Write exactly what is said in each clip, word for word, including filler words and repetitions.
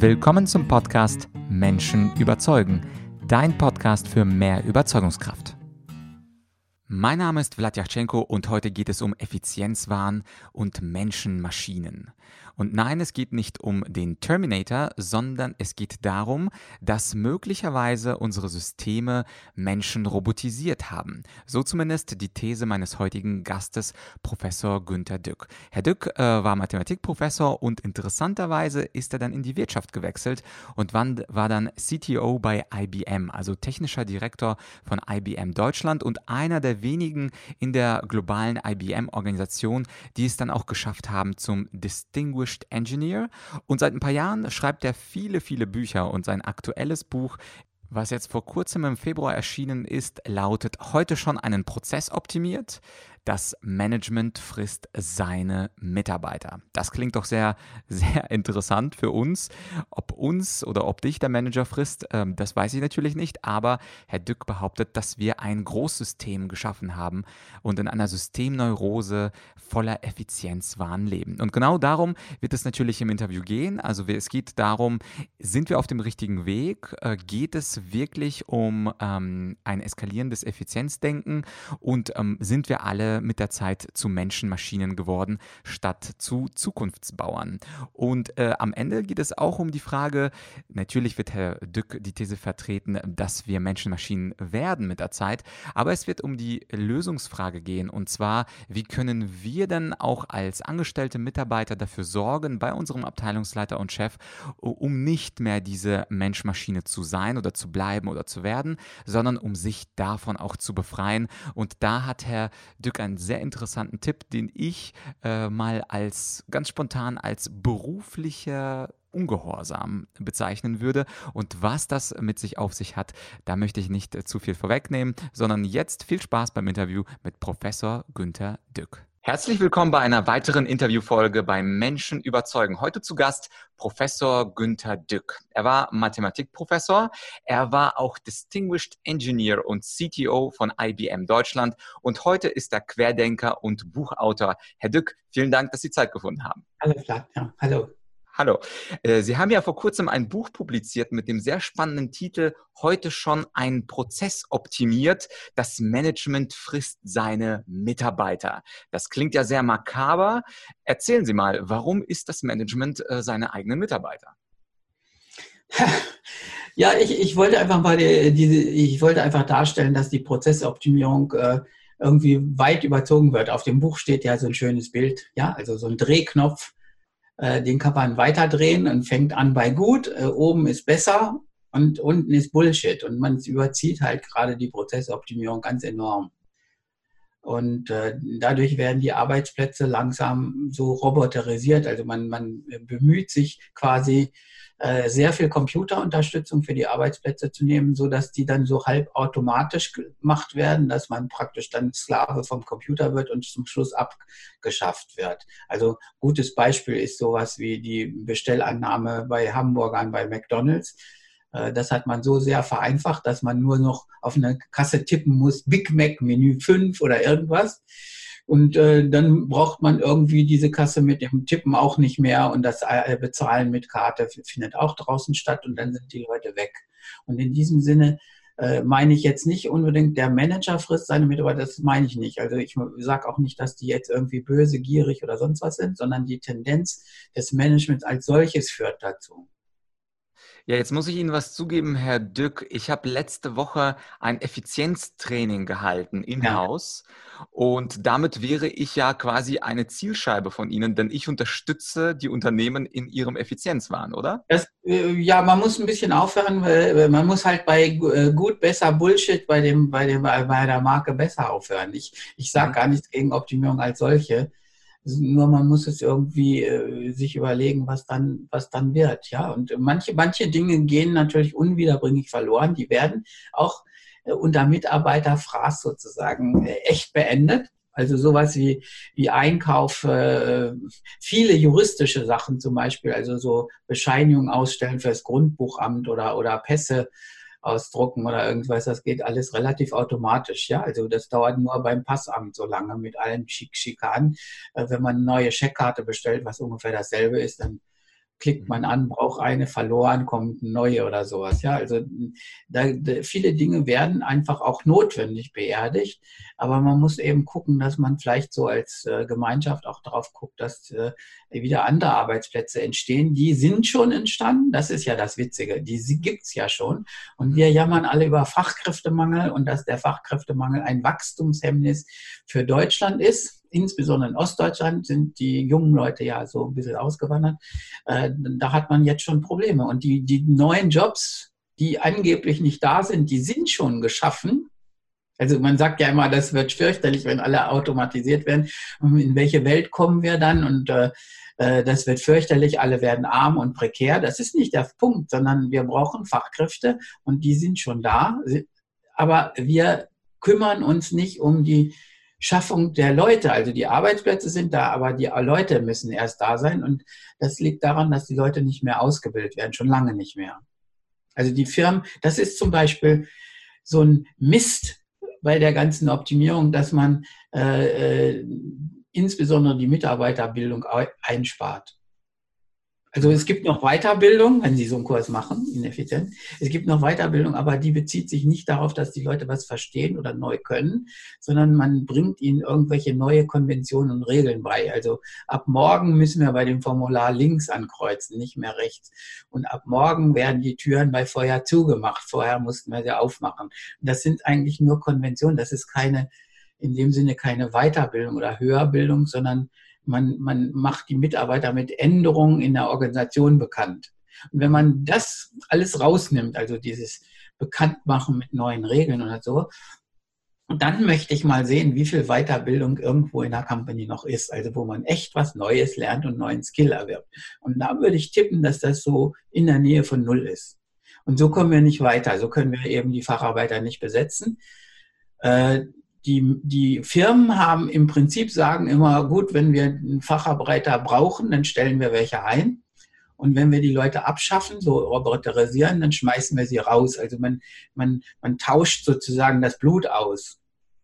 Willkommen zum Podcast Menschen überzeugen, dein Podcast für mehr Überzeugungskraft. Mein Name ist Vlad Yachchenko und heute geht es um Effizienzwahn und Menschenmaschinen. Und nein, es geht nicht um den Terminator, sondern es geht darum, dass möglicherweise unsere Systeme Menschen robotisiert haben. So zumindest die These meines heutigen Gastes, Professor Günter Dück. Herr Dück äh, war Mathematikprofessor und interessanterweise ist er dann in die Wirtschaft gewechselt und war dann C T O bei I B M, also technischer Direktor von I B M Deutschland und einer der wenigen in der globalen I B M-Organisation, die es dann auch geschafft haben zum Distinguished Engineer. Und seit ein paar Jahren schreibt er viele, viele Bücher und sein aktuelles Buch, was jetzt vor kurzem im Februar erschienen ist, lautet heute schon einen Prozess optimiert. Das Management frisst seine Mitarbeiter. Das klingt doch sehr, sehr interessant für uns. Ob uns oder ob dich der Manager frisst, ähm, das weiß ich natürlich nicht. Aber Herr Dück behauptet, dass wir ein Großsystem geschaffen haben und in einer Systemneurose voller Effizienzwahn leben. Und genau darum wird es natürlich im Interview gehen. Also es geht darum, sind wir auf dem richtigen Weg? Äh, geht es wirklich um ähm, ein eskalierendes Effizienzdenken? Und ähm, sind wir alle mit der Zeit zu Menschenmaschinen geworden, statt zu Zukunftsbauern. Und äh, am Ende geht es auch um die Frage, natürlich wird Herr Dück die These vertreten, dass wir Menschenmaschinen werden mit der Zeit, aber es wird um die Lösungsfrage gehen, und zwar, wie können wir denn auch als angestellte Mitarbeiter dafür sorgen, bei unserem Abteilungsleiter und Chef, um nicht mehr diese Mensch-Maschine zu sein oder zu bleiben oder zu werden, sondern um sich davon auch zu befreien. Und da hat Herr Dück einen sehr interessanten Tipp, den ich äh, mal als ganz spontan als beruflicher Ungehorsam bezeichnen würde. Und was das mit sich auf sich hat, da möchte ich nicht äh, zu viel vorwegnehmen, sondern jetzt viel Spaß beim Interview mit Professor Günter Dück. Herzlich willkommen bei einer weiteren Interviewfolge bei Menschen überzeugen. Heute zu Gast Professor Günter Dück. Er war Mathematikprofessor, er war auch Distinguished Engineer und C T O von I B M Deutschland und heute ist er Querdenker und Buchautor. Herr Dück, vielen Dank, dass Sie Zeit gefunden haben. Hallo, Vlad. Ja, hallo. Hallo. Sie haben ja vor kurzem ein Buch publiziert mit dem sehr spannenden Titel „Heute schon ein Prozess optimiert. Das Management frisst seine Mitarbeiter“. Das klingt ja sehr makaber. Erzählen Sie mal, warum isst das Management äh, seine eigenen Mitarbeiter? Ja, ich, ich wollte einfach mal die, diese, ich wollte einfach darstellen, dass die Prozessoptimierung äh, irgendwie weit überzogen wird. Auf dem Buch steht ja so ein schönes Bild, ja, also so ein Drehknopf. Den kann man weiterdrehen und fängt an bei gut, oben ist besser und unten ist Bullshit. Und man überzieht halt gerade die Prozessoptimierung ganz enorm. Und äh, dadurch werden die Arbeitsplätze langsam so roboterisiert. Also man, man bemüht sich quasi, äh, sehr viel Computerunterstützung für die Arbeitsplätze zu nehmen, sodass die dann so halb automatisch gemacht werden, dass man praktisch dann Sklave vom Computer wird und zum Schluss abgeschafft wird. Also gutes Beispiel ist sowas wie die Bestellannahme bei Hamburgern bei McDonald's. Das hat man so sehr vereinfacht, dass man nur noch auf eine Kasse tippen muss, Big Mac, Menü fünf oder irgendwas. Und äh, dann braucht man irgendwie diese Kasse mit dem Tippen auch nicht mehr und das äh, Bezahlen mit Karte findet auch draußen statt und dann sind die Leute weg. Und in diesem Sinne äh, meine ich jetzt nicht unbedingt, der Manager frisst seine Mitarbeiter, das meine ich nicht. Also ich sage auch nicht, dass die jetzt irgendwie böse, gierig oder sonst was sind, sondern die Tendenz des Managements als solches führt dazu. Ja, jetzt muss ich Ihnen was zugeben, Herr Dück. Ich habe letzte Woche ein Effizienztraining gehalten in-house ja. Und damit wäre ich ja quasi eine Zielscheibe von Ihnen, denn ich unterstütze die Unternehmen in ihrem Effizienzwahn, oder? Das, äh, ja, man muss ein bisschen aufhören, weil man muss halt bei äh, gut, besser, Bullshit bei, dem, bei, dem, bei der Marke besser aufhören. Ich, ich sage mhm. gar nichts gegen Optimierung als solche. Nur man muss es irgendwie äh, sich überlegen, was dann, was dann wird. Ja? Und manche, manche Dinge gehen natürlich unwiederbringlich verloren. Die werden auch äh, unter Mitarbeiterfraß sozusagen äh, echt beendet. Also sowas wie, wie Einkauf, äh, viele juristische Sachen zum Beispiel, also so Bescheinigungen ausstellen für das Grundbuchamt oder, oder Pässe ausdrucken oder irgendwas, das geht alles relativ automatisch. Ja, also das dauert nur beim Passamt so lange mit allen Schick Schikanen. Wenn man eine neue Scheckkarte bestellt, was ungefähr dasselbe ist, dann klickt man an, braucht eine verloren, kommt eine neue oder sowas. Ja, also da, da, viele Dinge werden einfach auch notwendig beerdigt, aber man muss eben gucken, dass man vielleicht so als äh, Gemeinschaft auch darauf guckt, dass äh, wieder andere Arbeitsplätze entstehen. Die sind schon entstanden, das ist ja das Witzige, die gibt es ja schon. Und wir jammern alle über Fachkräftemangel und dass der Fachkräftemangel ein Wachstumshemmnis für Deutschland ist. Insbesondere in Ostdeutschland sind die jungen Leute ja so ein bisschen ausgewandert. Äh, da hat man jetzt schon Probleme. Und die, die neuen Jobs, die angeblich nicht da sind, die sind schon geschaffen. Also man sagt ja immer, das wird fürchterlich, wenn alle automatisiert werden. Und in welche Welt kommen wir dann? Und äh, das wird fürchterlich, alle werden arm und prekär. Das ist nicht der Punkt, sondern wir brauchen Fachkräfte und die sind schon da. Aber wir kümmern uns nicht um die Schaffung der Leute. Also die Arbeitsplätze sind da, aber die Leute müssen erst da sein. Und das liegt daran, dass die Leute nicht mehr ausgebildet werden, schon lange nicht mehr. Also die Firmen, das ist zum Beispiel so ein Mist bei der ganzen Optimierung, dass man äh, äh, insbesondere die Mitarbeiterbildung einspart. Also es gibt noch Weiterbildung, wenn Sie so einen Kurs machen, ineffizient. Es gibt noch Weiterbildung, aber die bezieht sich nicht darauf, dass die Leute was verstehen oder neu können, sondern man bringt ihnen irgendwelche neue Konventionen und Regeln bei. Also ab morgen müssen wir bei dem Formular links ankreuzen, nicht mehr rechts. Und ab morgen werden die Türen bei Feuer zugemacht. Vorher mussten wir sie aufmachen. Und das sind eigentlich nur Konventionen. Das ist keine, in dem Sinne keine Weiterbildung oder Höherbildung, sondern Man, man macht die Mitarbeiter mit Änderungen in der Organisation bekannt. Und wenn man das alles rausnimmt, also dieses Bekanntmachen mit neuen Regeln oder so, dann möchte ich mal sehen, wie viel Weiterbildung irgendwo in der Company noch ist, also wo man echt was Neues lernt und neuen Skill erwirbt. Und da würde ich tippen, dass das so in der Nähe von Null ist. Und so kommen wir nicht weiter. So können wir eben die Facharbeiter nicht besetzen. Äh, Die, die Firmen haben im Prinzip sagen immer, gut, wenn wir einen Facharbeiter brauchen, dann stellen wir welche ein. Und wenn wir die Leute abschaffen, so roboterisieren, dann schmeißen wir sie raus. Also man, man, man tauscht sozusagen das Blut aus.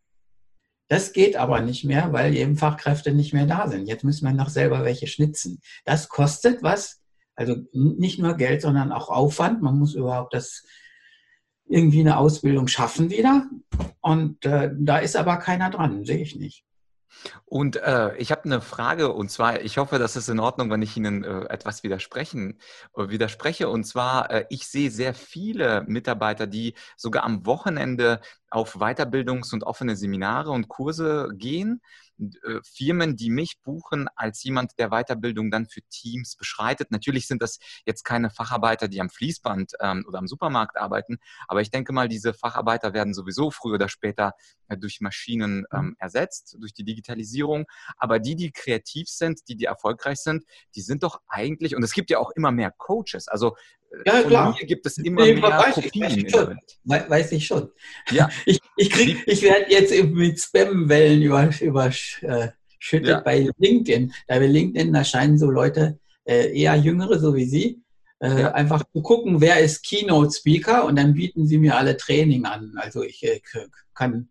Das geht aber nicht mehr, weil eben Fachkräfte nicht mehr da sind. Jetzt müssen wir noch selber welche schnitzen. Das kostet was, also nicht nur Geld, sondern auch Aufwand. Man muss überhaupt das irgendwie eine Ausbildung schaffen wieder. Und äh, da ist aber keiner dran, sehe ich nicht. Und äh, ich habe eine Frage, und zwar, ich hoffe, das ist in Ordnung, wenn ich Ihnen äh, etwas widersprechen, äh, widerspreche. Und zwar, äh, ich sehe sehr viele Mitarbeiter, die sogar am Wochenende auf Weiterbildungs- und offene Seminare und Kurse gehen. Äh, Firmen, die mich buchen als jemand, der Weiterbildung dann für Teams beschreitet. Natürlich sind das jetzt keine Facharbeiter, die am Fließband ähm, oder am Supermarkt arbeiten, aber ich denke mal, diese Facharbeiter werden sowieso früher oder später äh, durch Maschinen ähm, ersetzt, durch die Digitalisierung. Aber die, die kreativ sind, die, die erfolgreich sind, die sind doch eigentlich, und es gibt ja auch immer mehr Coaches, also Ja, von klar. mir gibt es immer Nee, mehr weiß ich, Kopien weiß ich in schon. der Welt. We- Weiß ich schon. Ja, Ich, ich, krieg, ich werde jetzt mit Spam-Wellen überschüttet ja, bei LinkedIn. Da bei LinkedIn erscheinen so Leute, äh, eher Jüngere, so wie Sie, äh, ja. einfach zu gucken, wer ist Keynote-Speaker und dann bieten sie mir alle Training an. Also ich äh, kann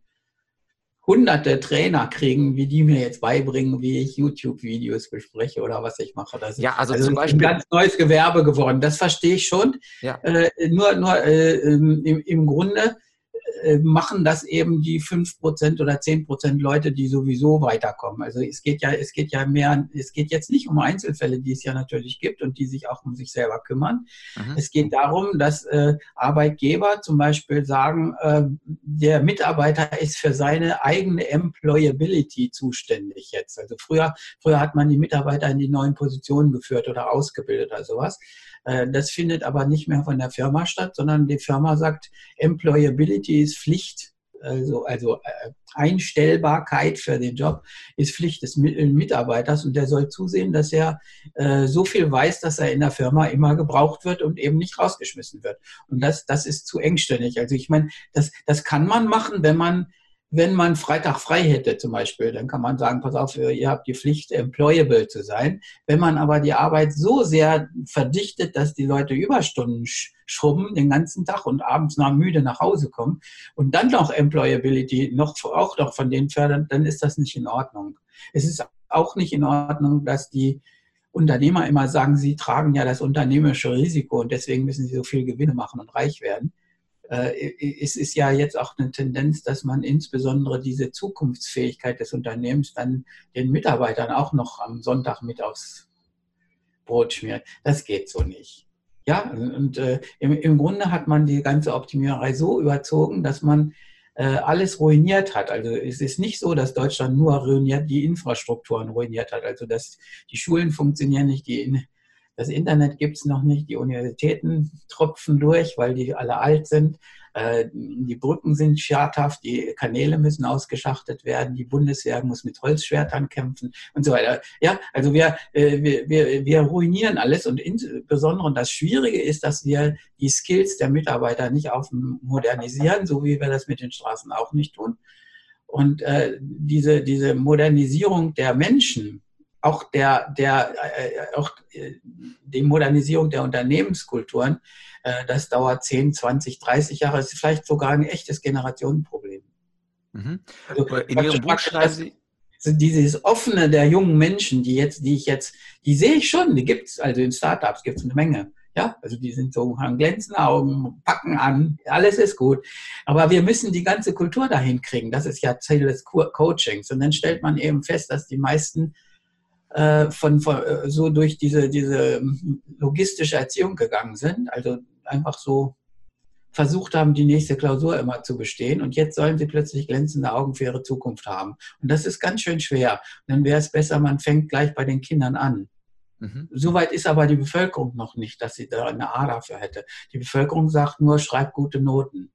hunderte Trainer kriegen, wie die mir jetzt beibringen, wie ich YouTube-Videos bespreche oder was ich mache. Das ist, Ja, also also zum das ist ein Beispiel, ganz neues Gewerbe geworden. Das verstehe ich schon. ja. Äh, nur nur äh, im, im Grunde äh, machen das eben die fünf Prozent oder zehn Prozent Leute, die sowieso weiterkommen. Also es geht ja, es geht ja mehr, es geht jetzt nicht um Einzelfälle, die es ja natürlich gibt und die sich auch um sich selber kümmern. Mhm. Es geht darum, dass äh, Arbeitgeber zum Beispiel sagen, äh, der Mitarbeiter ist für seine eigene Employability zuständig jetzt. Also früher, früher hat man die Mitarbeiter in die neuen Positionen geführt oder ausgebildet oder sowas. Äh, das findet aber nicht mehr von der Firma statt, sondern die Firma sagt, Employability ist Pflicht. Also, also äh, Einstellbarkeit für den Job ist Pflicht des Mitarbeiters und der soll zusehen, dass er äh, so viel weiß, dass er in der Firma immer gebraucht wird und eben nicht rausgeschmissen wird. Und das, das ist zu engständig. Also ich meine, das, das kann man machen, wenn man wenn man Freitag frei hätte zum Beispiel, dann kann man sagen, pass auf, ihr habt die Pflicht, employable zu sein. Wenn man aber die Arbeit so sehr verdichtet, dass die Leute Überstunden schrubben den ganzen Tag und abends nach müde nach Hause kommen und dann noch Employability noch, auch noch von denen fördern, dann ist das nicht in Ordnung. Es ist auch nicht in Ordnung, dass die Unternehmer immer sagen, sie tragen ja das unternehmerische Risiko und deswegen müssen sie so viel Gewinne machen und reich werden. Es ist ja jetzt auch eine Tendenz, dass man insbesondere diese Zukunftsfähigkeit des Unternehmens dann den Mitarbeitern auch noch am Sonntag mit aufs Brot schmiert. Das geht so nicht. Ja, und äh, im, im Grunde hat man die ganze Optimiererei so überzogen, dass man äh, alles ruiniert hat. Also es ist nicht so, dass Deutschland nur ruiniert, die Infrastrukturen ruiniert hat. Also dass die Schulen funktionieren nicht, die, das Internet gibt es noch nicht, die Universitäten tropfen durch, weil die alle alt sind. Die Brücken sind schadhaft, die Kanäle müssen ausgeschachtet werden, die Bundeswehr muss mit Holzschwertern kämpfen und so weiter. Ja, also wir, wir, wir, wir ruinieren alles und insbesondere das Schwierige ist, dass wir die Skills der Mitarbeiter nicht auf modernisieren, so wie wir das mit den Straßen auch nicht tun. Und äh, diese, diese Modernisierung der Menschen, auch, der, der, äh, auch die Modernisierung der Unternehmenskulturen, äh, das dauert zehn, zwanzig, dreißig Jahre. Das ist vielleicht sogar ein echtes Generationenproblem. Mhm. Also, in Ihrem Buch schreiben Sie... Dieses Offene der jungen Menschen, die jetzt, die ich jetzt, die sehe ich schon, die gibt es, also in Startups gibt es eine Menge. Ja, also die sind so, haben glänzende Augen, packen an, alles ist gut. Aber wir müssen die ganze Kultur dahin kriegen. Das ist ja Ziel des Coachings. Und dann stellt man eben fest, dass die meisten Von, von, so durch diese, diese logistische Erziehung gegangen sind, also einfach so versucht haben, die nächste Klausur immer zu bestehen und jetzt sollen sie plötzlich glänzende Augen für ihre Zukunft haben. Und das ist ganz schön schwer. Und dann wäre es besser, man fängt gleich bei den Kindern an. Mhm. Soweit ist aber die Bevölkerung noch nicht, dass sie da eine A dafür hätte. Die Bevölkerung sagt nur, schreib gute Noten.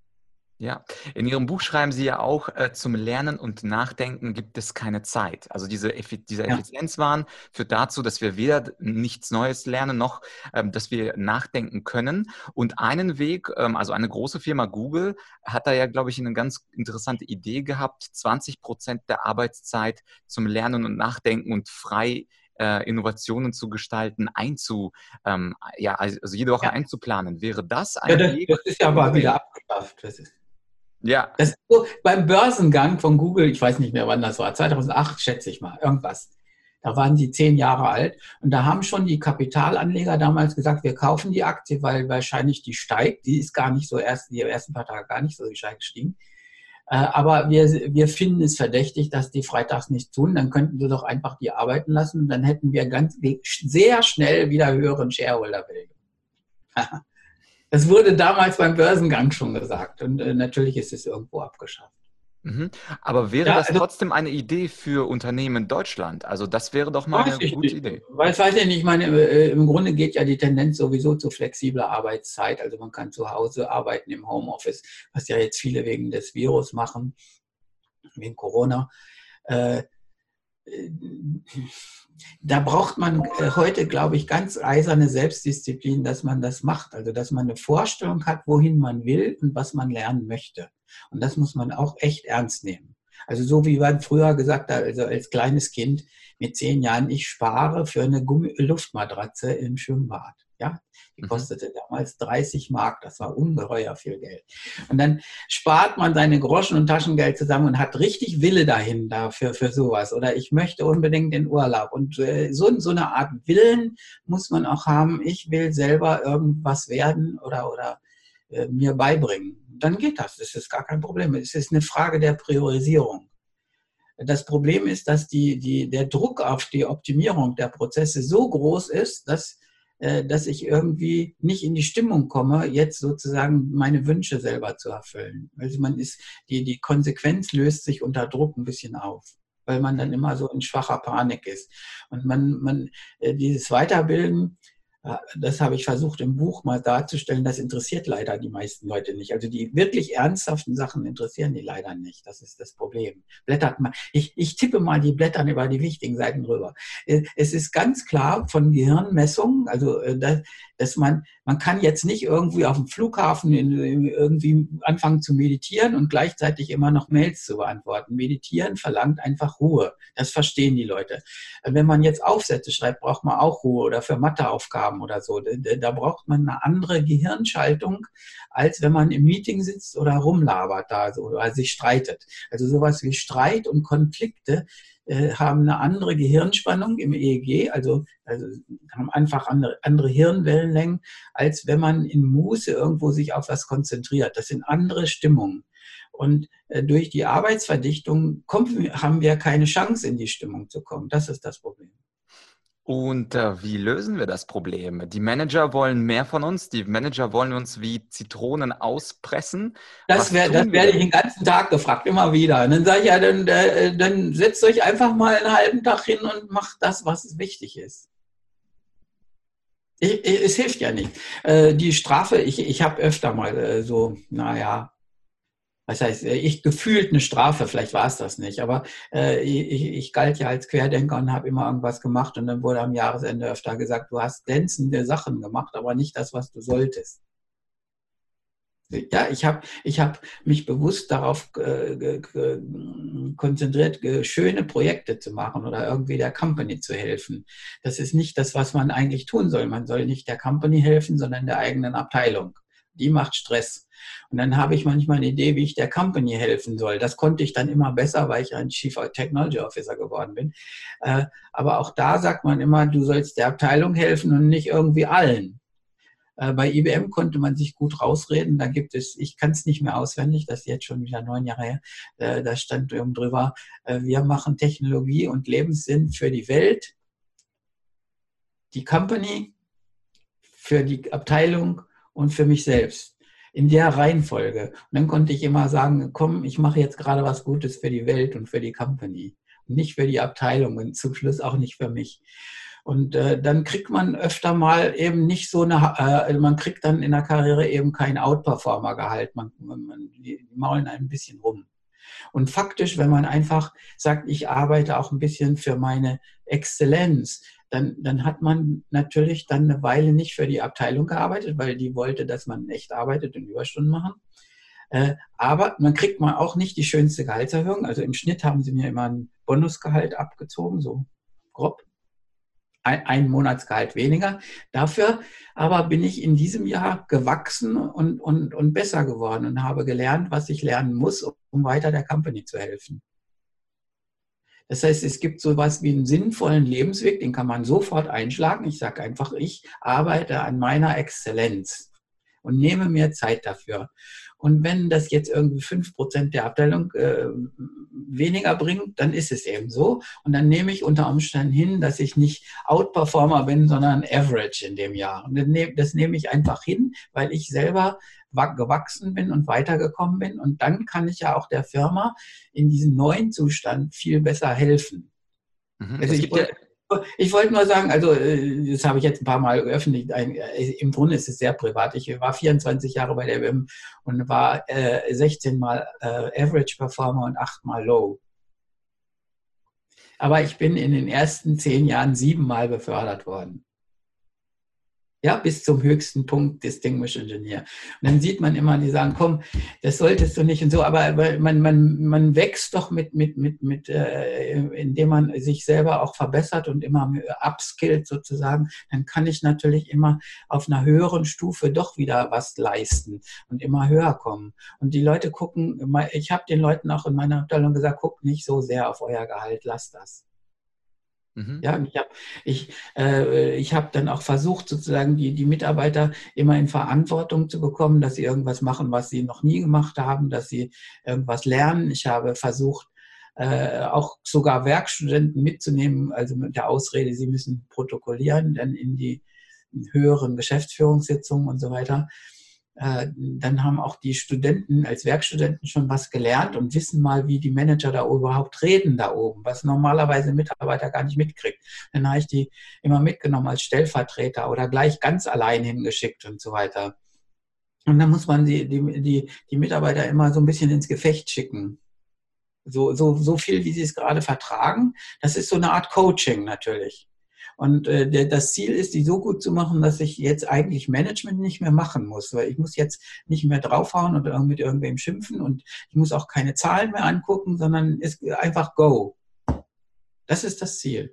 Ja, in Ihrem Buch schreiben Sie ja auch, äh, zum Lernen und Nachdenken gibt es keine Zeit. Also diese Effi- dieser Ja. Effizienzwahn führt dazu, dass wir weder nichts Neues lernen, noch ähm, dass wir nachdenken können. Und einen Weg, ähm, also eine große Firma Google, hat da ja, glaube ich, eine ganz interessante Idee gehabt, zwanzig Prozent der Arbeitszeit zum Lernen und Nachdenken und frei äh, Innovationen zu gestalten, einzu, ähm, ja, also jede Woche Ja. einzuplanen. Wäre das ein Ja, das, Weg? das ist ja aber wieder abgeschafft. Das ist Ja. Das ist so, beim Börsengang von Google, ich weiß nicht mehr, wann das war, zweitausendacht schätze ich mal, irgendwas. Da waren die zehn Jahre alt und da haben schon die Kapitalanleger damals gesagt, wir kaufen die Aktie, weil wahrscheinlich die steigt. Die ist gar nicht so, erst, die ersten paar Tage gar nicht so gestiegen. Aber wir, wir finden es verdächtig, dass die freitags nichts tun. Dann könnten sie doch einfach die arbeiten lassen und dann hätten wir ganz sehr schnell wieder höheren Shareholder Value. Das wurde damals beim Börsengang schon gesagt und äh, natürlich ist es irgendwo abgeschafft. Mhm. Aber wäre Ja, das also, trotzdem eine Idee für Unternehmen in Deutschland? Also das wäre doch mal eine ich, gute Idee. Weiß, weiß ich nicht, ich meine, äh, im Grunde geht ja die Tendenz sowieso zu flexibler Arbeitszeit. Also man kann zu Hause arbeiten im Homeoffice, was ja jetzt viele wegen des Virus machen, wegen Corona. Äh, Da braucht man heute, glaube ich, ganz eiserne Selbstdisziplin, dass man das macht. Also, dass man eine Vorstellung hat, wohin man will und was man lernen möchte. Und das muss man auch echt ernst nehmen. Also, so wie man früher gesagt hat, also als kleines Kind mit zehn Jahren, ich spare für eine Gummi- Luftmatratze im Schwimmbad. Ja, die kostete damals dreißig Mark. Das war ungeheuer viel Geld. Und dann spart man seine Groschen und Taschengeld zusammen und hat richtig Wille dahin dafür für sowas. Oder ich möchte unbedingt den Urlaub. Und äh, so, so eine Art Willen muss man auch haben. Ich will selber irgendwas werden oder, oder äh, mir beibringen. Dann geht das. Das ist gar kein Problem. Es ist eine Frage der Priorisierung. Das Problem ist, dass die, die, der Druck auf die Optimierung der Prozesse so groß ist, dass dass ich irgendwie nicht in die Stimmung komme, jetzt sozusagen meine Wünsche selber zu erfüllen. Also man ist, die, die Konsequenz löst sich unter Druck ein bisschen auf, weil man dann immer so in schwacher Panik ist. Und man, man dieses Weiterbilden, das habe ich versucht im Buch mal darzustellen, das interessiert leider die meisten Leute nicht. Also die wirklich ernsthaften Sachen interessieren die leider nicht. Das ist das Problem. Blättert mal. Ich, ich tippe mal die Blättern über die wichtigen Seiten rüber. Es ist ganz klar von Gehirnmessungen, also dass, dass man, man kann jetzt nicht irgendwie auf dem Flughafen irgendwie anfangen zu meditieren und gleichzeitig immer noch Mails zu beantworten. Meditieren verlangt einfach Ruhe. Das verstehen die Leute. Wenn man jetzt Aufsätze schreibt, braucht man auch Ruhe oder für Matheaufgaben haben oder so. Da, da braucht man eine andere Gehirnschaltung, als wenn man im Meeting sitzt oder rumlabert da so, oder sich streitet. Also sowas wie Streit und Konflikte äh, haben eine andere Gehirnspannung im E E G, also, also haben einfach andere, andere Hirnwellenlängen, als wenn man in Muße irgendwo sich auf was konzentriert. Das sind andere Stimmungen. Und äh, durch die Arbeitsverdichtung kommen, haben wir keine Chance, in die Stimmung zu kommen. Das ist das Problem. Und äh, wie lösen wir das Problem? Die Manager wollen mehr von uns, die Manager wollen uns wie Zitronen auspressen. Das, Was wär, das tun wir werde ich denn? den ganzen Tag gefragt, immer wieder. Und dann sage ich, ja, dann, äh, dann setzt euch einfach mal einen halben Tag hin und macht das, was wichtig ist. Ich, ich, es hilft ja nicht. Äh, die Strafe, ich, ich habe öfter mal äh, so, naja, was heißt, ich gefühlt eine Strafe, vielleicht war es das nicht, aber äh, ich, ich galt ja als Querdenker und habe immer irgendwas gemacht und dann wurde am Jahresende öfter gesagt, du hast glänzende Sachen gemacht, aber nicht das, was du solltest. Ja, ich habe ich hab mich bewusst darauf äh, konzentriert, schöne Projekte zu machen oder irgendwie der Company zu helfen. Das ist nicht das, was man eigentlich tun soll. Man soll nicht der Company helfen, sondern der eigenen Abteilung. Die macht Stress. Und dann habe ich manchmal eine Idee, wie ich der Company helfen soll. Das konnte ich dann immer besser, weil ich ein Chief Technology Officer geworden bin. Aber auch da sagt man immer, du sollst der Abteilung helfen und nicht irgendwie allen. Bei I B M konnte man sich gut rausreden. Da gibt es, ich kann es nicht mehr auswendig, das ist jetzt schon wieder neun Jahre her, da stand drüber, wir machen Technologie und Lebenssinn für die Welt, die Company, für die Abteilung und für mich selbst. In der Reihenfolge. Und dann konnte ich immer sagen, komm, ich mache jetzt gerade was Gutes für die Welt und für die Company. Und nicht für die Abteilung und zum Schluss auch nicht für mich. Und äh, dann kriegt man öfter mal eben nicht so eine, äh, man kriegt dann in der Karriere eben kein Outperformer-Gehalt. Man, man, man, die maulen ein bisschen rum. Und faktisch, wenn man einfach sagt, ich arbeite auch ein bisschen für meine Exzellenz, dann, dann hat man natürlich dann eine Weile nicht für die Abteilung gearbeitet, weil die wollte, dass man echt arbeitet und Überstunden machen. Äh, aber man kriegt mal auch nicht die schönste Gehaltserhöhung. Also im Schnitt haben sie mir immer ein Bonusgehalt abgezogen, so grob. Ein, ein Monatsgehalt weniger. Dafür aber bin ich in diesem Jahr gewachsen und, und, und besser geworden und habe gelernt, was ich lernen muss, um weiter der Company zu helfen. Das heißt, es gibt so etwas wie einen sinnvollen Lebensweg, den kann man sofort einschlagen. Ich sage einfach, ich arbeite an meiner Exzellenz und nehme mir Zeit dafür. Und wenn das jetzt irgendwie fünf Prozent der Abteilung äh, weniger bringt, dann ist es eben so. Und dann nehme ich unter Umständen hin, dass ich nicht Outperformer bin, sondern Average in dem Jahr. Und das nehme, das nehme ich einfach hin, weil ich selber gewachsen bin und weitergekommen bin. Und dann kann ich ja auch der Firma in diesem neuen Zustand viel besser helfen. Mhm. Also Es ich gibt ja, wollte, ich wollte nur sagen, also das habe ich jetzt ein paar Mal öffentlich, im Grunde ist es sehr privat. Ich war vierundzwanzig Jahre bei der I B M und war äh, sechzehn Mal äh, Average Performer und acht Mal Low. Aber ich bin in den ersten zehn Jahren sieben Mal befördert worden. Ja, bis zum höchsten Punkt Distinguished Engineer. Und dann sieht man immer, die sagen, komm, das solltest du nicht und so, aber man, man, man wächst doch mit, mit, mit, mit äh, indem man sich selber auch verbessert und immer upskillt sozusagen, dann kann ich natürlich immer auf einer höheren Stufe doch wieder was leisten und immer höher kommen. Und die Leute gucken, ich habe den Leuten auch in meiner Abteilung gesagt, guckt nicht so sehr auf euer Gehalt, lasst das. mhm. Ja, ich habe ich, äh, ich hab dann auch versucht, sozusagen die, die Mitarbeiter immer in Verantwortung zu bekommen, dass sie irgendwas machen, was sie noch nie gemacht haben, dass sie irgendwas lernen. Ich habe versucht, äh, auch sogar Werkstudenten mitzunehmen, also mit der Ausrede, sie müssen protokollieren, dann in die höheren Geschäftsführungssitzungen und so weiter. Dann haben auch die Studenten als Werkstudenten schon was gelernt und wissen mal, wie die Manager da überhaupt reden da oben, was normalerweise ein Mitarbeiter gar nicht mitkriegt. Dann habe ich die immer mitgenommen als Stellvertreter oder gleich ganz allein hingeschickt und so weiter. Und dann muss man die, die, die, die Mitarbeiter immer so ein bisschen ins Gefecht schicken. So, so, so viel, wie sie es gerade vertragen. Das ist so eine Art Coaching natürlich. Und äh, der, das Ziel ist, die so gut zu machen, dass ich jetzt eigentlich Management nicht mehr machen muss. Weil ich muss jetzt nicht mehr draufhauen oder mit irgendwem schimpfen und ich muss auch keine Zahlen mehr angucken, sondern ist einfach go. Das ist das Ziel.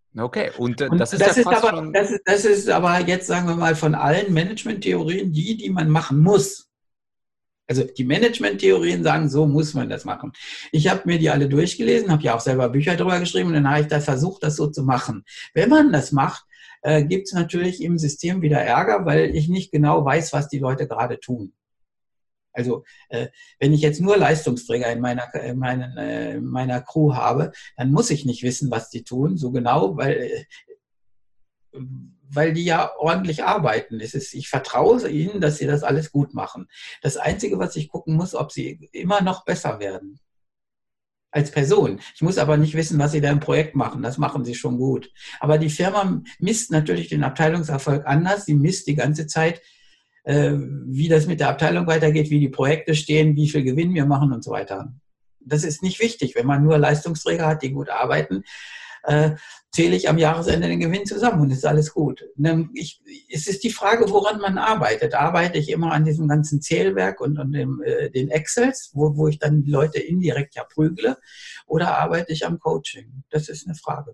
Okay, und äh, Und das ist ja das ist fast aber, schon. das ist, das ist aber jetzt, sagen wir mal, von allen Management-Theorien die, die man machen muss. Also die Management-Theorien sagen, so muss man das machen. Ich habe mir die alle durchgelesen, habe ja auch selber Bücher darüber geschrieben und dann habe ich da versucht, das so zu machen. Wenn man das macht, äh, gibt es natürlich im System wieder Ärger, weil ich nicht genau weiß, was die Leute gerade tun. Also äh, wenn ich jetzt nur Leistungsträger in meiner, in, meinen, äh, in meiner Crew habe, dann muss ich nicht wissen, was die tun, so genau, weil, äh, weil die ja ordentlich arbeiten. Es ist, ich vertraue ihnen, dass sie das alles gut machen. Das Einzige, was ich gucken muss, ob sie immer noch besser werden. Als Person. Ich muss aber nicht wissen, was sie da im Projekt machen. Das machen sie schon gut. Aber die Firma misst natürlich den Abteilungserfolg anders. Sie misst die ganze Zeit, äh, wie das mit der Abteilung weitergeht, wie die Projekte stehen, wie viel Gewinn wir machen und so weiter. Das ist nicht wichtig. Wenn man nur Leistungsträger hat, die gut arbeiten, äh, zähle ich am Jahresende den Gewinn zusammen und ist alles gut. Ich, es ist die Frage, woran man arbeitet. Arbeite ich immer an diesem ganzen Zählwerk und an dem, äh, den Excels, wo, wo ich dann die Leute indirekt ja prügle, oder arbeite ich am Coaching? Das ist eine Frage.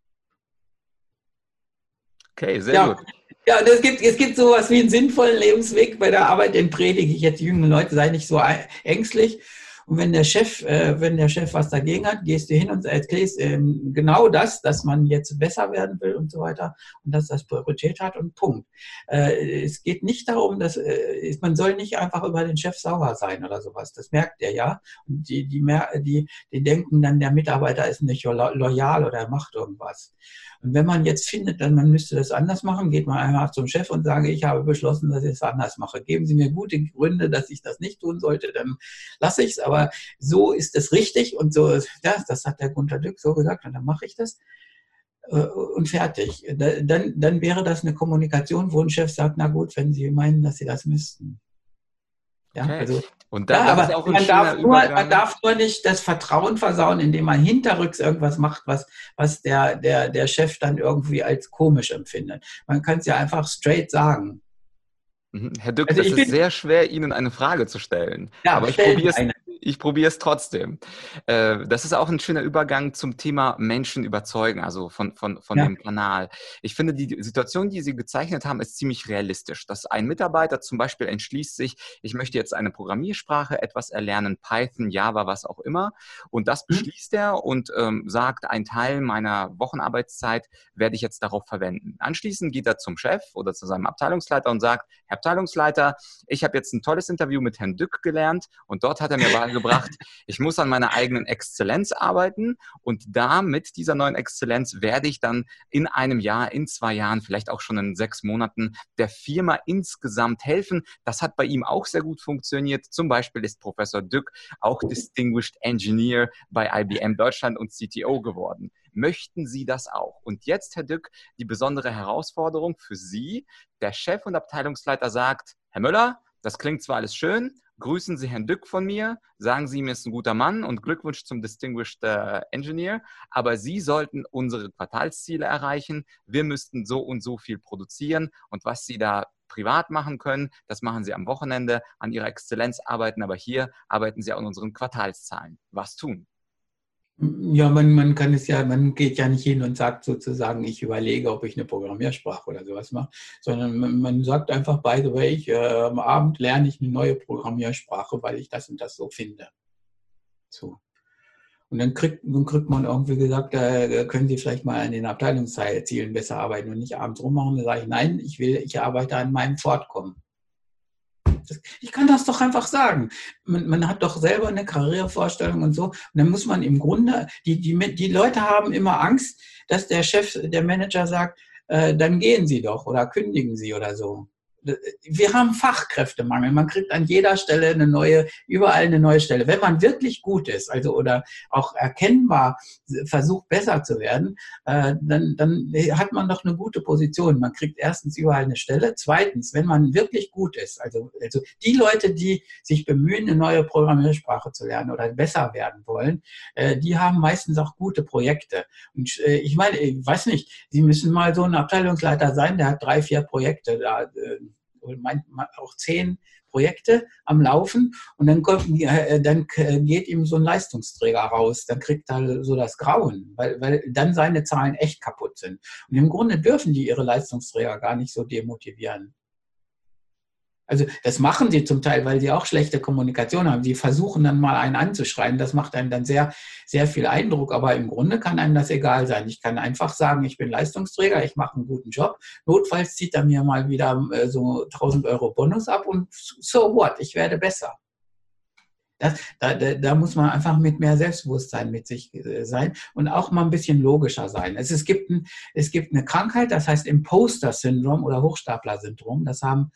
Okay, sehr Ja. gut. Ja, und es gibt, es gibt sowas wie einen sinnvollen Lebensweg. Bei der Arbeit, den predige ich jetzt jungen Leute, sei nicht so ängstlich. Und wenn der Chef, äh, wenn der Chef was dagegen hat, gehst du hin und erklärst ähm, genau das, dass man jetzt besser werden will und so weiter und dass das Priorität hat und Punkt. Äh, es geht nicht darum, dass äh, man soll nicht einfach über den Chef sauer sein oder sowas. Das merkt er ja. Und die, die, die, die denken dann, der Mitarbeiter ist nicht loyal oder er macht irgendwas. Und wenn man jetzt findet, dann man müsste das anders machen, geht man einfach zum Chef und sage, ich habe beschlossen, dass ich es anders mache. Geben Sie mir gute Gründe, dass ich das nicht tun sollte, dann lasse ich es. Aber so ist es richtig und so, ja, das hat der Gunter Dück so gesagt und dann mache ich das und fertig. Dann, dann wäre das eine Kommunikation, wo ein Chef sagt, na gut, wenn Sie meinen, dass Sie das müssten. Ja, Okay. also, Und da, ja, das aber ist auch ein man schöner darf, nur, man Übergang. darf nur nicht das Vertrauen versauen, indem man hinterrücks irgendwas macht, was, was der, der, der Chef dann irgendwie als komisch empfindet. Man kann es ja einfach straight sagen. Mhm. Herr Dück, Also es ich ist bin, sehr schwer, Ihnen eine Frage zu stellen. ja, Aber ich stellen probiere es, eine. ich probiere es trotzdem. Äh, das ist auch ein schöner Übergang zum Thema Menschen überzeugen, also von, von, von Ja. dem Kanal. Ich finde, die Situation, die Sie gezeichnet haben, ist ziemlich realistisch. Dass ein Mitarbeiter zum Beispiel entschließt sich, ich möchte jetzt eine Programmiersprache, etwas erlernen, Python, Java, was auch immer. Und das Hm? beschließt er und ähm, sagt, ein Teil meiner Wochenarbeitszeit werde ich jetzt darauf verwenden. Anschließend geht er zum Chef oder zu seinem Abteilungsleiter und sagt, Herr Abteilungsleiter, ich habe jetzt ein tolles Interview mit Herrn Dück gelernt und dort hat er mir beigebracht, ich muss an meiner eigenen Exzellenz arbeiten und da mit dieser neuen Exzellenz werde ich dann in einem Jahr, in zwei Jahren, vielleicht auch schon in sechs Monaten der Firma insgesamt helfen. Das hat bei ihm auch sehr gut funktioniert. Zum Beispiel ist Professor Dück auch Distinguished Engineer bei I B M Deutschland und C T O geworden. Möchten Sie das auch? Und jetzt, Herr Dück, die besondere Herausforderung für Sie. Der Chef und Abteilungsleiter sagt, Herr Müller, das klingt zwar alles schön, grüßen Sie Herrn Dück von mir, sagen Sie ihm, er ist ein guter Mann und Glückwunsch zum Distinguished äh, Engineer, aber Sie sollten unsere Quartalsziele erreichen, wir müssten so und so viel produzieren und was Sie da privat machen können, das machen Sie am Wochenende, an Ihrer Exzellenz arbeiten, aber hier arbeiten Sie an unseren Quartalszahlen. Was tun? Ja, man, man kann es ja, man geht ja nicht hin und sagt sozusagen, ich überlege, ob ich eine Programmiersprache oder sowas mache, sondern man, man sagt einfach, by the way, ich, äh, am Abend lerne ich eine neue Programmiersprache, weil ich das und das so finde. So. Und dann kriegt, dann kriegt man irgendwie gesagt, äh, können Sie vielleicht mal an den Abteilungszielen besser arbeiten und nicht abends rummachen. Dann sage ich, nein, ich will, ich arbeite an meinem Fortkommen. Ich kann das doch einfach sagen. Man, man hat doch selber eine Karrierevorstellung und so. Und dann muss man im Grunde, die, die, die Leute haben immer Angst, dass der Chef, der Manager sagt, äh, dann gehen Sie doch oder kündigen Sie oder so. Wir haben Fachkräftemangel. Man kriegt an jeder Stelle eine neue, überall eine neue Stelle. Wenn man wirklich gut ist, also oder auch erkennbar versucht, besser zu werden, äh, dann, dann hat man doch eine gute Position. Man kriegt erstens überall eine Stelle. Zweitens, wenn man wirklich gut ist, also, also die Leute, die sich bemühen, eine neue Programmiersprache zu lernen oder besser werden wollen, äh, die haben meistens auch gute Projekte. Und äh, ich meine, ich weiß nicht, Sie müssen mal so ein Abteilungsleiter sein, der hat drei, vier Projekte da, äh, auch zehn Projekte am Laufen und dann, kommt, äh, dann geht ihm so ein Leistungsträger raus, dann kriegt er so das Grauen, weil, weil dann seine Zahlen echt kaputt sind. Und im Grunde dürfen die ihre Leistungsträger gar nicht so demotivieren. Also das machen sie zum Teil, weil sie auch schlechte Kommunikation haben. Sie versuchen dann mal einen anzuschreien. Das macht einem dann sehr, sehr viel Eindruck. Aber im Grunde kann einem das egal sein. Ich kann einfach sagen, ich bin Leistungsträger, ich mache einen guten Job. Notfalls zieht er mir mal wieder äh, so tausend Euro Bonus ab und so what, ich werde besser. Das, da, da, da muss man einfach mit mehr Selbstbewusstsein mit sich äh, sein und auch mal ein bisschen logischer sein. Es, es, gibt ein, es gibt eine Krankheit, das heißt Imposter-Syndrom oder Hochstapler-Syndrom. Das haben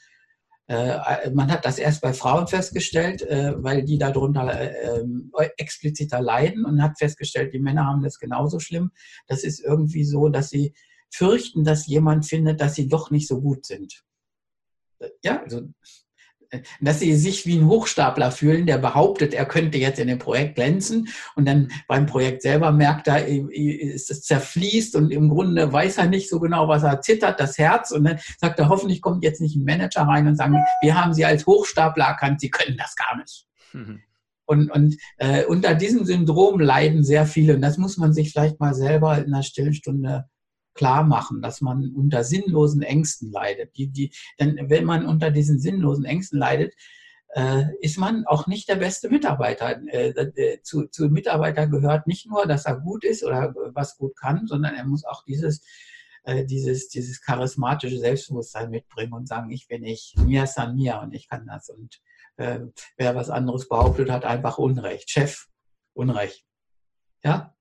Man hat das erst bei Frauen festgestellt, weil die darunter expliziter leiden und hat festgestellt, die Männer haben das genauso schlimm. Das ist irgendwie so, dass sie fürchten, dass jemand findet, dass sie doch nicht so gut sind. Ja, also, dass sie sich wie ein Hochstapler fühlen, der behauptet, er könnte jetzt in dem Projekt glänzen und dann beim Projekt selber merkt er, ist es zerfließt und im Grunde weiß er nicht so genau, was er zittert, das Herz und dann sagt er, hoffentlich kommt jetzt nicht ein Manager rein und sagt, wir haben Sie als Hochstapler erkannt, Sie können das gar nicht. Mhm. Und, und äh, unter diesem Syndrom leiden sehr viele und das muss man sich vielleicht mal selber in einer stillen Stunde klar machen, dass man unter sinnlosen Ängsten leidet. Die, die, denn wenn man unter diesen sinnlosen Ängsten leidet, äh, ist man auch nicht der beste Mitarbeiter. Äh, zu, zu Mitarbeiter gehört nicht nur, dass er gut ist oder was gut kann, sondern er muss auch dieses, äh, dieses, dieses charismatische Selbstbewusstsein mitbringen und sagen, ich bin ich, mir ist an mir und ich kann das. Und äh, wer was anderes behauptet, hat einfach Unrecht. Chef, Unrecht. Ja?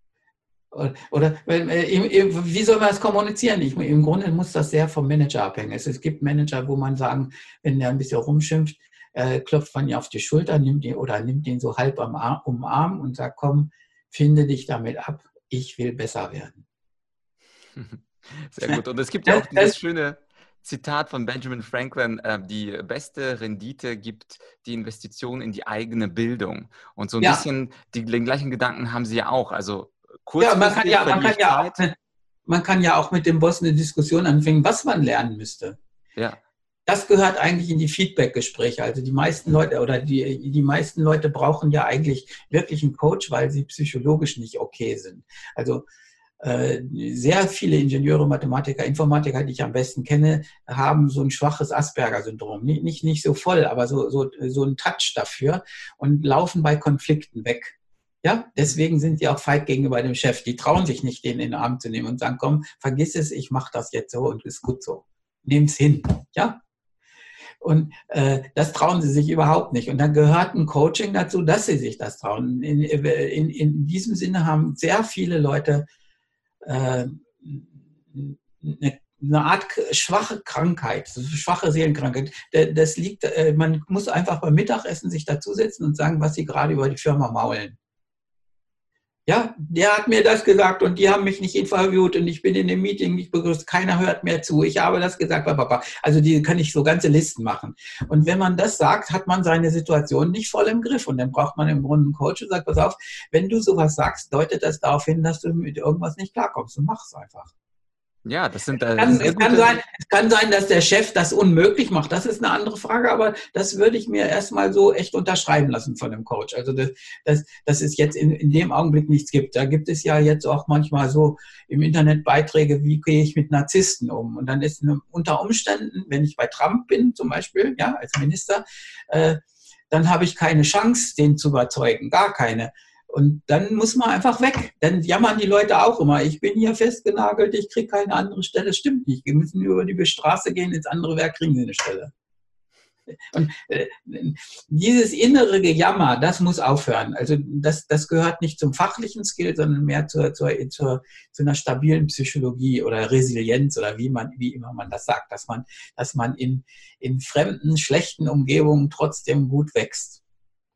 Oder wie soll man das kommunizieren? Ich, Im Grunde muss das sehr vom Manager abhängen. Es, es gibt Manager, wo man sagen, wenn der ein bisschen rumschimpft, äh, klopft man ihn auf die Schulter nimmt ihn, oder nimmt ihn so halb am Arm, um den Arm und sagt, komm, finde dich damit ab, ich will besser werden. Sehr gut. Und es gibt ja auch dieses schöne Zitat von Benjamin Franklin, äh, die beste Rendite gibt die Investition in die eigene Bildung. Und so ein ja. bisschen die, den gleichen Gedanken haben Sie ja auch. Also Ja, man kann ja, man, kann ja auch, man kann ja auch mit dem Boss eine Diskussion anfangen, was man lernen müsste. Ja. Das gehört eigentlich in die Feedback-Gespräche. Also die meisten Leute oder die, die meisten Leute brauchen ja eigentlich wirklich einen Coach, weil sie psychologisch nicht okay sind. Also äh, sehr viele Ingenieure, Mathematiker, Informatiker, die ich am besten kenne, haben so ein schwaches Asperger-Syndrom. Nicht, nicht, nicht so voll, aber so, so, so ein Touch dafür und laufen bei Konflikten weg. Ja, deswegen sind die auch feig gegenüber dem Chef. Die trauen sich nicht, den in den Arm zu nehmen und sagen, komm, vergiss es, ich mache das jetzt so und ist gut so. Nehm's hin. Ja. Und äh, das trauen sie sich überhaupt nicht. Und dann gehört ein Coaching dazu, dass sie sich das trauen. In, in, in diesem Sinne haben sehr viele Leute äh, eine, eine Art schwache Krankheit, schwache Seelenkrankheit. Das liegt, äh, man muss einfach beim Mittagessen sich dazusetzen und sagen, was sie gerade über die Firma maulen. Ja, der hat mir das gesagt und die haben mich nicht interviewt und ich bin in dem Meeting nicht begrüßt, keiner hört mir zu, ich habe das gesagt, Papa. Also die kann ich so ganze Listen machen. Und wenn man das sagt, hat man seine Situation nicht voll im Griff und dann braucht man im Grunde einen Coach und sagt, pass auf, wenn du sowas sagst, deutet das darauf hin, dass du mit irgendwas nicht klarkommst und mach es einfach. Ja, das sind... Äh, kann, es, kann sein, es kann sein, dass der Chef das unmöglich macht. Das ist eine andere Frage, aber das würde ich mir erstmal so echt unterschreiben lassen von dem Coach. Also, dass das, das es jetzt in, in dem Augenblick nichts gibt. Da gibt es ja jetzt auch manchmal so im Internet Beiträge, wie gehe ich mit Narzissten um? Und dann ist eine, unter Umständen, wenn ich bei Trump bin zum Beispiel, ja, als Minister, äh, dann habe ich keine Chance, den zu überzeugen. Gar keine. Und dann muss man einfach weg. Dann jammern die Leute auch immer. Ich bin hier festgenagelt, ich kriege keine andere Stelle. Stimmt nicht. Wir müssen über die Straße gehen, ins andere Werk kriegen sie eine Stelle. Und äh, dieses innere Gejammer, das muss aufhören. Also das, das gehört nicht zum fachlichen Skill, sondern mehr zur, zur, zur, zu einer stabilen Psychologie oder Resilienz oder wie man, wie immer man das sagt, dass man, dass man in, in fremden, schlechten Umgebungen trotzdem gut wächst.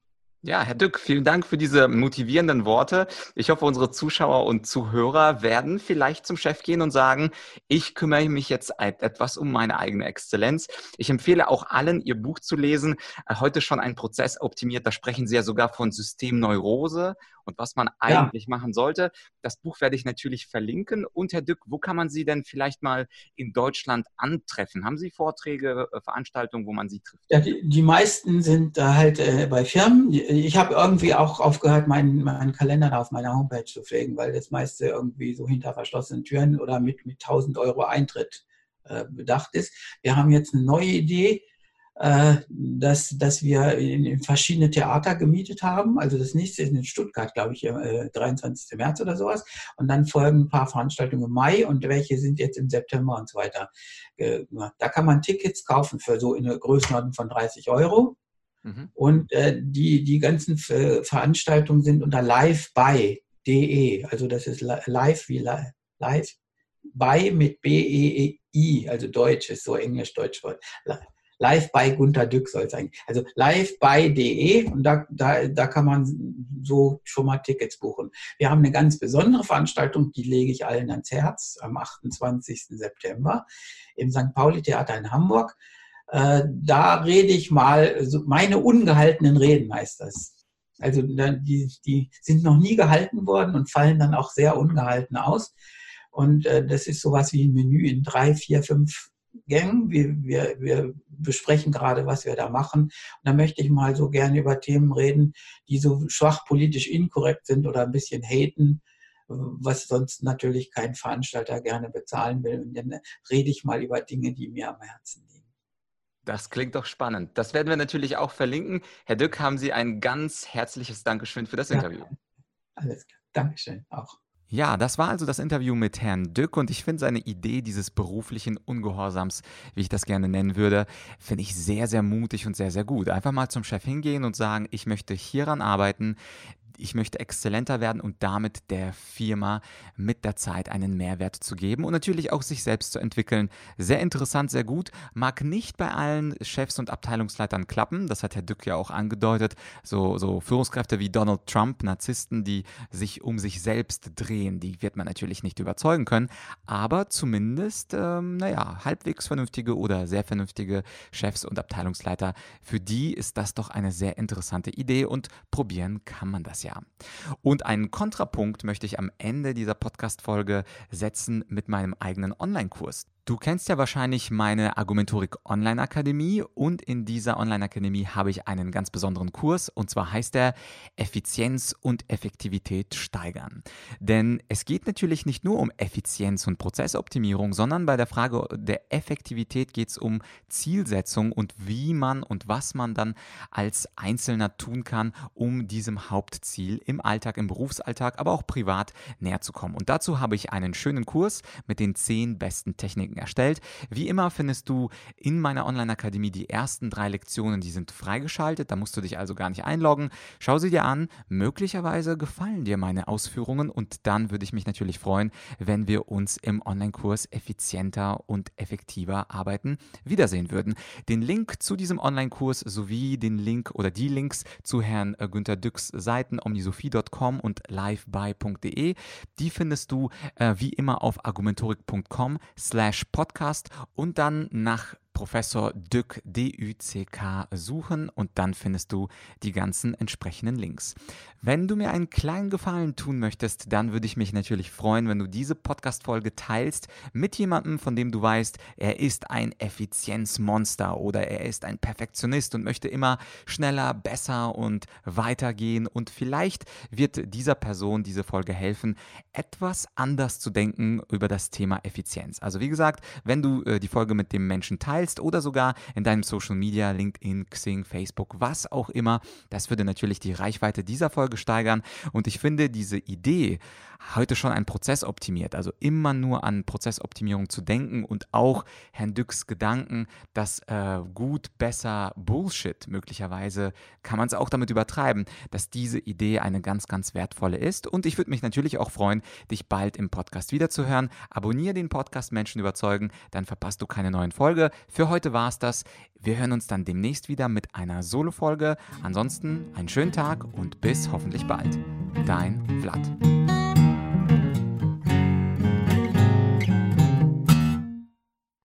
Ja, Herr Dück, vielen Dank für diese motivierenden Worte. Ich hoffe, unsere Zuschauer und Zuhörer werden vielleicht zum Chef gehen und sagen, ich kümmere mich jetzt etwas um meine eigene Exzellenz. Ich empfehle auch allen, Ihr Buch zu lesen. Heute schon ein Prozess optimiert. Da sprechen Sie ja sogar von Systemneurose und was man Ja. eigentlich machen sollte. Das Buch werde ich natürlich verlinken. Und Herr Dück, wo kann man Sie denn vielleicht mal in Deutschland antreffen? Haben Sie Vorträge, Veranstaltungen, wo man Sie trifft? Ja, die, die meisten sind äh, halt äh, bei Firmen. Ich habe irgendwie auch aufgehört, meinen, meinen Kalender da auf meiner Homepage zu pflegen, weil das meiste irgendwie so hinter verschlossenen Türen oder mit, mit tausend Euro Eintritt äh, bedacht ist. Wir haben jetzt eine neue Idee, äh, dass, dass wir in, in verschiedene Theater gemietet haben. Also das nächste ist in Stuttgart, glaube ich, äh, dreiundzwanzigsten März oder sowas. Und dann folgen ein paar Veranstaltungen im Mai und welche sind jetzt im September und so weiter. Äh, da kann man Tickets kaufen für so in der Größenordnung von dreißig Euro. Mhm. Und äh, die, die ganzen Veranstaltungen sind unter liveby punkt de. Also das ist live wie live. Live by mit B E E I, also Deutsch ist so Englisch-Deutsch-Wort. Live by Gunter Dück soll es eigentlich. Also liveby punkt de und da, da, da kann man so schon mal Tickets buchen. Wir haben eine ganz besondere Veranstaltung, die lege ich allen ans Herz, am achtundzwanzigsten September im Sankt Pauli-Theater in Hamburg. Äh, da rede ich mal, so meine ungehaltenen Reden heißt das. Also die, die sind noch nie gehalten worden und fallen dann auch sehr ungehalten aus. Und äh, das ist sowas wie ein Menü in drei, vier, fünf Gängen. Wir, wir, wir besprechen gerade, was wir da machen. Und da möchte ich mal so gerne über Themen reden, die so schwach politisch inkorrekt sind oder ein bisschen haten, was sonst natürlich kein Veranstalter gerne bezahlen will. Und dann rede ich mal über Dinge, die mir am Herzen liegen. Das klingt doch spannend. Das werden wir natürlich auch verlinken. Herr Dück, haben Sie ein ganz herzliches Dankeschön für das Ja, Interview. Alles klar. Dankeschön auch. Ja, das war also das Interview mit Herrn Dück und ich finde seine Idee dieses beruflichen Ungehorsams, wie ich das gerne nennen würde, finde ich sehr, sehr mutig und sehr, sehr gut. Einfach mal zum Chef hingehen und sagen, ich möchte hieran arbeiten, ich möchte exzellenter werden und damit der Firma mit der Zeit einen Mehrwert zu geben und natürlich auch sich selbst zu entwickeln. Sehr interessant, sehr gut. Mag nicht bei allen Chefs und Abteilungsleitern klappen. Das hat Herr Dück ja auch angedeutet. So, so Führungskräfte wie Donald Trump, Narzissten, die sich um sich selbst drehen, die wird man natürlich nicht überzeugen können. Aber zumindest, ähm, naja, halbwegs vernünftige oder sehr vernünftige Chefs und Abteilungsleiter, für die ist das doch eine sehr interessante Idee und probieren kann man das ja. Und einen Kontrapunkt möchte ich am Ende dieser Podcast-Folge setzen mit meinem eigenen Online-Kurs. Du kennst ja wahrscheinlich meine Argumentorik Online-Akademie und in dieser Online-Akademie habe ich einen ganz besonderen Kurs und zwar heißt er Effizienz und Effektivität steigern. Denn es geht natürlich nicht nur um Effizienz und Prozessoptimierung, sondern bei der Frage der Effektivität geht es um Zielsetzung und wie man und was man dann als Einzelner tun kann, um diesem Hauptziel im Alltag, im Berufsalltag, aber auch privat näher zu kommen. Und dazu habe ich einen schönen Kurs mit den zehn besten Techniken erstellt. Wie immer findest du in meiner Online-Akademie die ersten drei Lektionen, die sind freigeschaltet, da musst du dich also gar nicht einloggen. Schau sie dir an, möglicherweise gefallen dir meine Ausführungen und dann würde ich mich natürlich freuen, wenn wir uns im Online-Kurs effizienter und effektiver arbeiten wiedersehen würden. Den Link zu diesem Online-Kurs sowie den Link oder die Links zu Herrn Gunter Dücks Seiten omnisophie punkt com und liveby punkt de, die findest du äh, wie immer auf argumentorik punkt com slash podcast und dann nach Professor Dück, D Ü C K, suchen und dann findest du die ganzen entsprechenden Links. Wenn du mir einen kleinen Gefallen tun möchtest, dann würde ich mich natürlich freuen, wenn du diese Podcast-Folge teilst mit jemandem, von dem du weißt, er ist ein Effizienzmonster oder er ist ein Perfektionist und möchte immer schneller, besser und weitergehen und vielleicht wird dieser Person diese Folge helfen, etwas anders zu denken über das Thema Effizienz. Also wie gesagt, wenn du äh, die Folge mit dem Menschen teilst, oder sogar in deinem Social Media, LinkedIn, Xing, Facebook, was auch immer. Das würde natürlich die Reichweite dieser Folge steigern und ich finde diese Idee, heute schon einen Prozess optimiert, also immer nur an Prozessoptimierung zu denken und auch Herrn Dücks Gedanken, dass äh, gut, besser, Bullshit möglicherweise, kann man es auch damit übertreiben, dass diese Idee eine ganz, ganz wertvolle ist und ich würde mich natürlich auch freuen, dich bald im Podcast wiederzuhören. Abonniere den Podcast Menschen überzeugen, dann verpasst du keine neuen Folge. Für heute war es das. Wir hören uns dann demnächst wieder mit einer Solo-Folge. Ansonsten einen schönen Tag und bis hoffentlich bald. Dein Vlad.